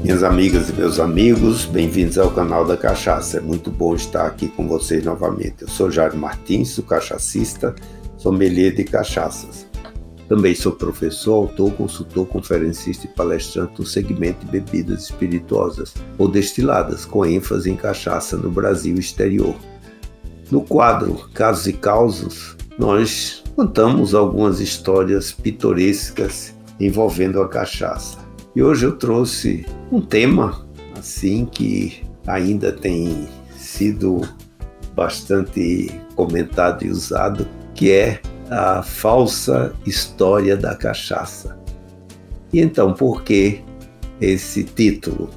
Minhas amigas e meus amigos, bem-vindos ao canal da Cachaça. É muito bom estar aqui com vocês novamente. Eu sou Jairo Martins, sou cachacista, sommelier de cachaças. Também sou professor, autor, consultor, conferencista e palestrante no segmento de bebidas espirituosas ou destiladas, com ênfase em cachaça no Brasil e exterior. No quadro Casos e Causos, nós contamos algumas histórias pitorescas envolvendo a cachaça. E hoje eu trouxe um tema assim que ainda tem sido bastante comentado e usado, que é a falsa história da cachaça. E então, por que esse título?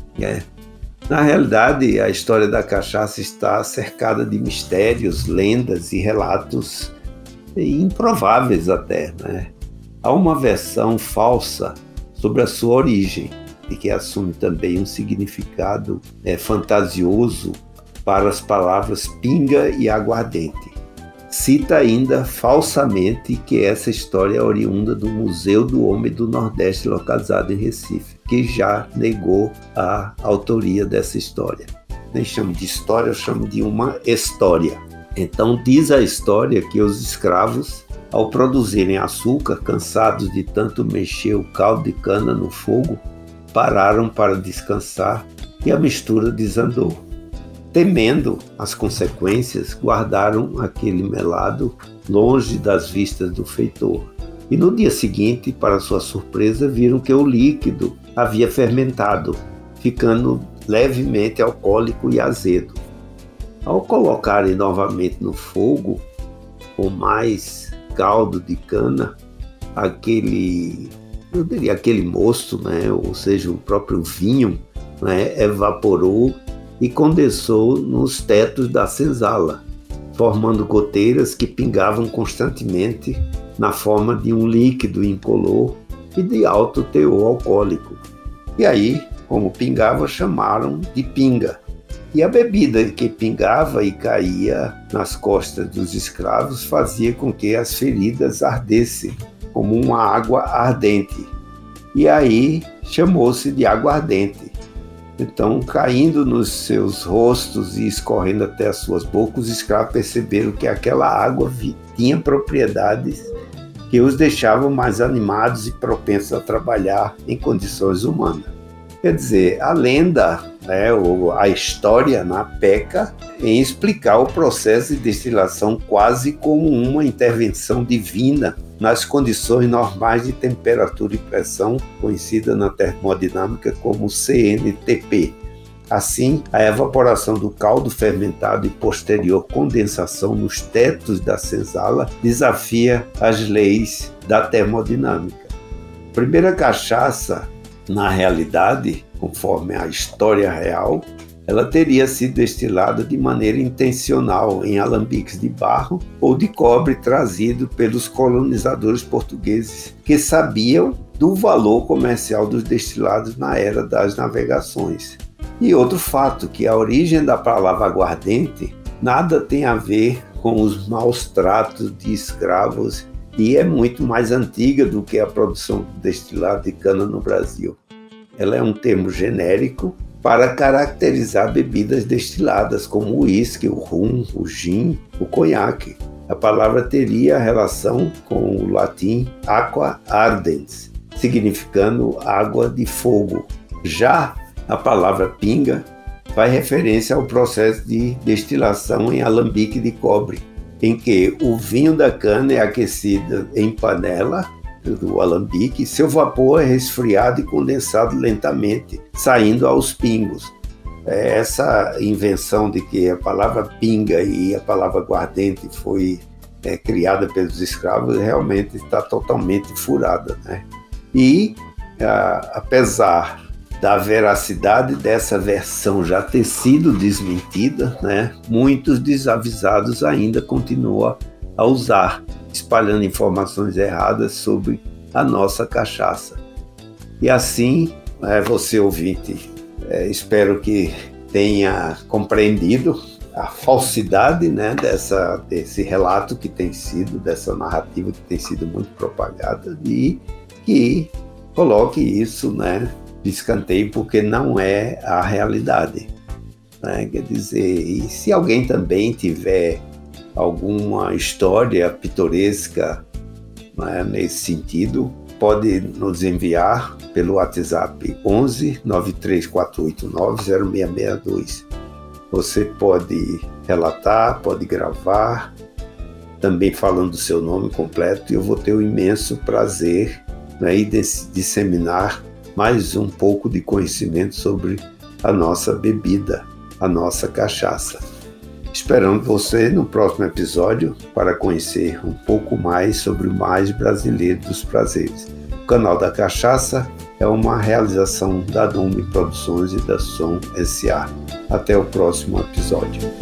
Na realidade, a história da cachaça está cercada de mistérios, lendas e relatos improváveis até, né? Há uma versão falsa sobre a sua origem, e que assume também um significado fantasioso para as palavras pinga e aguardente. Cita ainda falsamente que essa história é oriunda do Museu do Homem do Nordeste, localizado em Recife, que já negou a autoria dessa história. Nem chamo de história, eu chamo de uma história. Então diz a história que os escravos, ao produzirem açúcar, cansados de tanto mexer o caldo de cana no fogo, pararam para descansar e a mistura desandou. Temendo as consequências, guardaram aquele melado longe das vistas do feitor. E no dia seguinte, para sua surpresa, viram que o líquido havia fermentado, ficando levemente alcoólico e azedo. Ao colocarem novamente no fogo, com mais caldo de cana, aquele mosto, ou seja, o próprio vinho, evaporou e condensou nos tetos da senzala, formando goteiras que pingavam constantemente na forma de um líquido incolor e de alto teor alcoólico. E aí, como pingava, chamaram de pinga. E a bebida que pingava e caía nas costas dos escravos fazia com que as feridas ardessem, como uma água ardente. E aí chamou-se de aguardente. Então, caindo nos seus rostos e escorrendo até as suas bocas, os escravos perceberam que aquela água tinha propriedades que os deixavam mais animados e propensos a trabalhar em condições humanas. Quer dizer, a lenda, ou a história, peca em explicar o processo de destilação quase como uma intervenção divina nas condições normais de temperatura e pressão, conhecida na termodinâmica como CNTP. Assim, a evaporação do caldo fermentado e posterior condensação nos tetos da senzala desafia as leis da termodinâmica. A primeira cachaça, na realidade, conforme a história real, ela teria sido destilada de maneira intencional em alambiques de barro ou de cobre trazido pelos colonizadores portugueses, que sabiam do valor comercial dos destilados na era das navegações. E outro fato, que a origem da palavra aguardente nada tem a ver com os maus tratos de escravos e é muito mais antiga do que a produção de destilado de cana no Brasil. Ela é um termo genérico para caracterizar bebidas destiladas como o uísque, o rum, o gin, o conhaque. A palavra teria relação com o latim aqua ardens, significando água de fogo. Já a palavra pinga faz referência ao processo de destilação em alambique de cobre, em que o vinho da cana é aquecido em panela do alambique, seu vapor é resfriado e condensado lentamente, saindo aos pingos. Essa invenção de que a palavra pinga e a palavra aguardente foi criada pelos escravos realmente está totalmente furada, E, apesar da veracidade dessa versão já ter sido desmentida, muitos desavisados ainda continuam a usar, espalhando informações erradas sobre a nossa cachaça. E assim, você ouvinte, espero que tenha compreendido a falsidade desse relato que tem sido, dessa narrativa que tem sido muito propagada e que coloque isso de escanteio porque não é a realidade, né? Quer dizer, e se alguém também tiver alguma história pitoresca, né, nesse sentido, pode nos enviar pelo WhatsApp 11 93489 0662. Você pode relatar, pode gravar, também falando o seu nome completo, e eu vou ter o imenso prazer, né, em disseminar mais um pouco de conhecimento sobre a nossa bebida, a nossa cachaça. Esperando você no próximo episódio para conhecer um pouco mais sobre o mais brasileiro dos prazeres. O Canal da Cachaça é uma realização da Dome Produções e da Som S.A. Até o próximo episódio.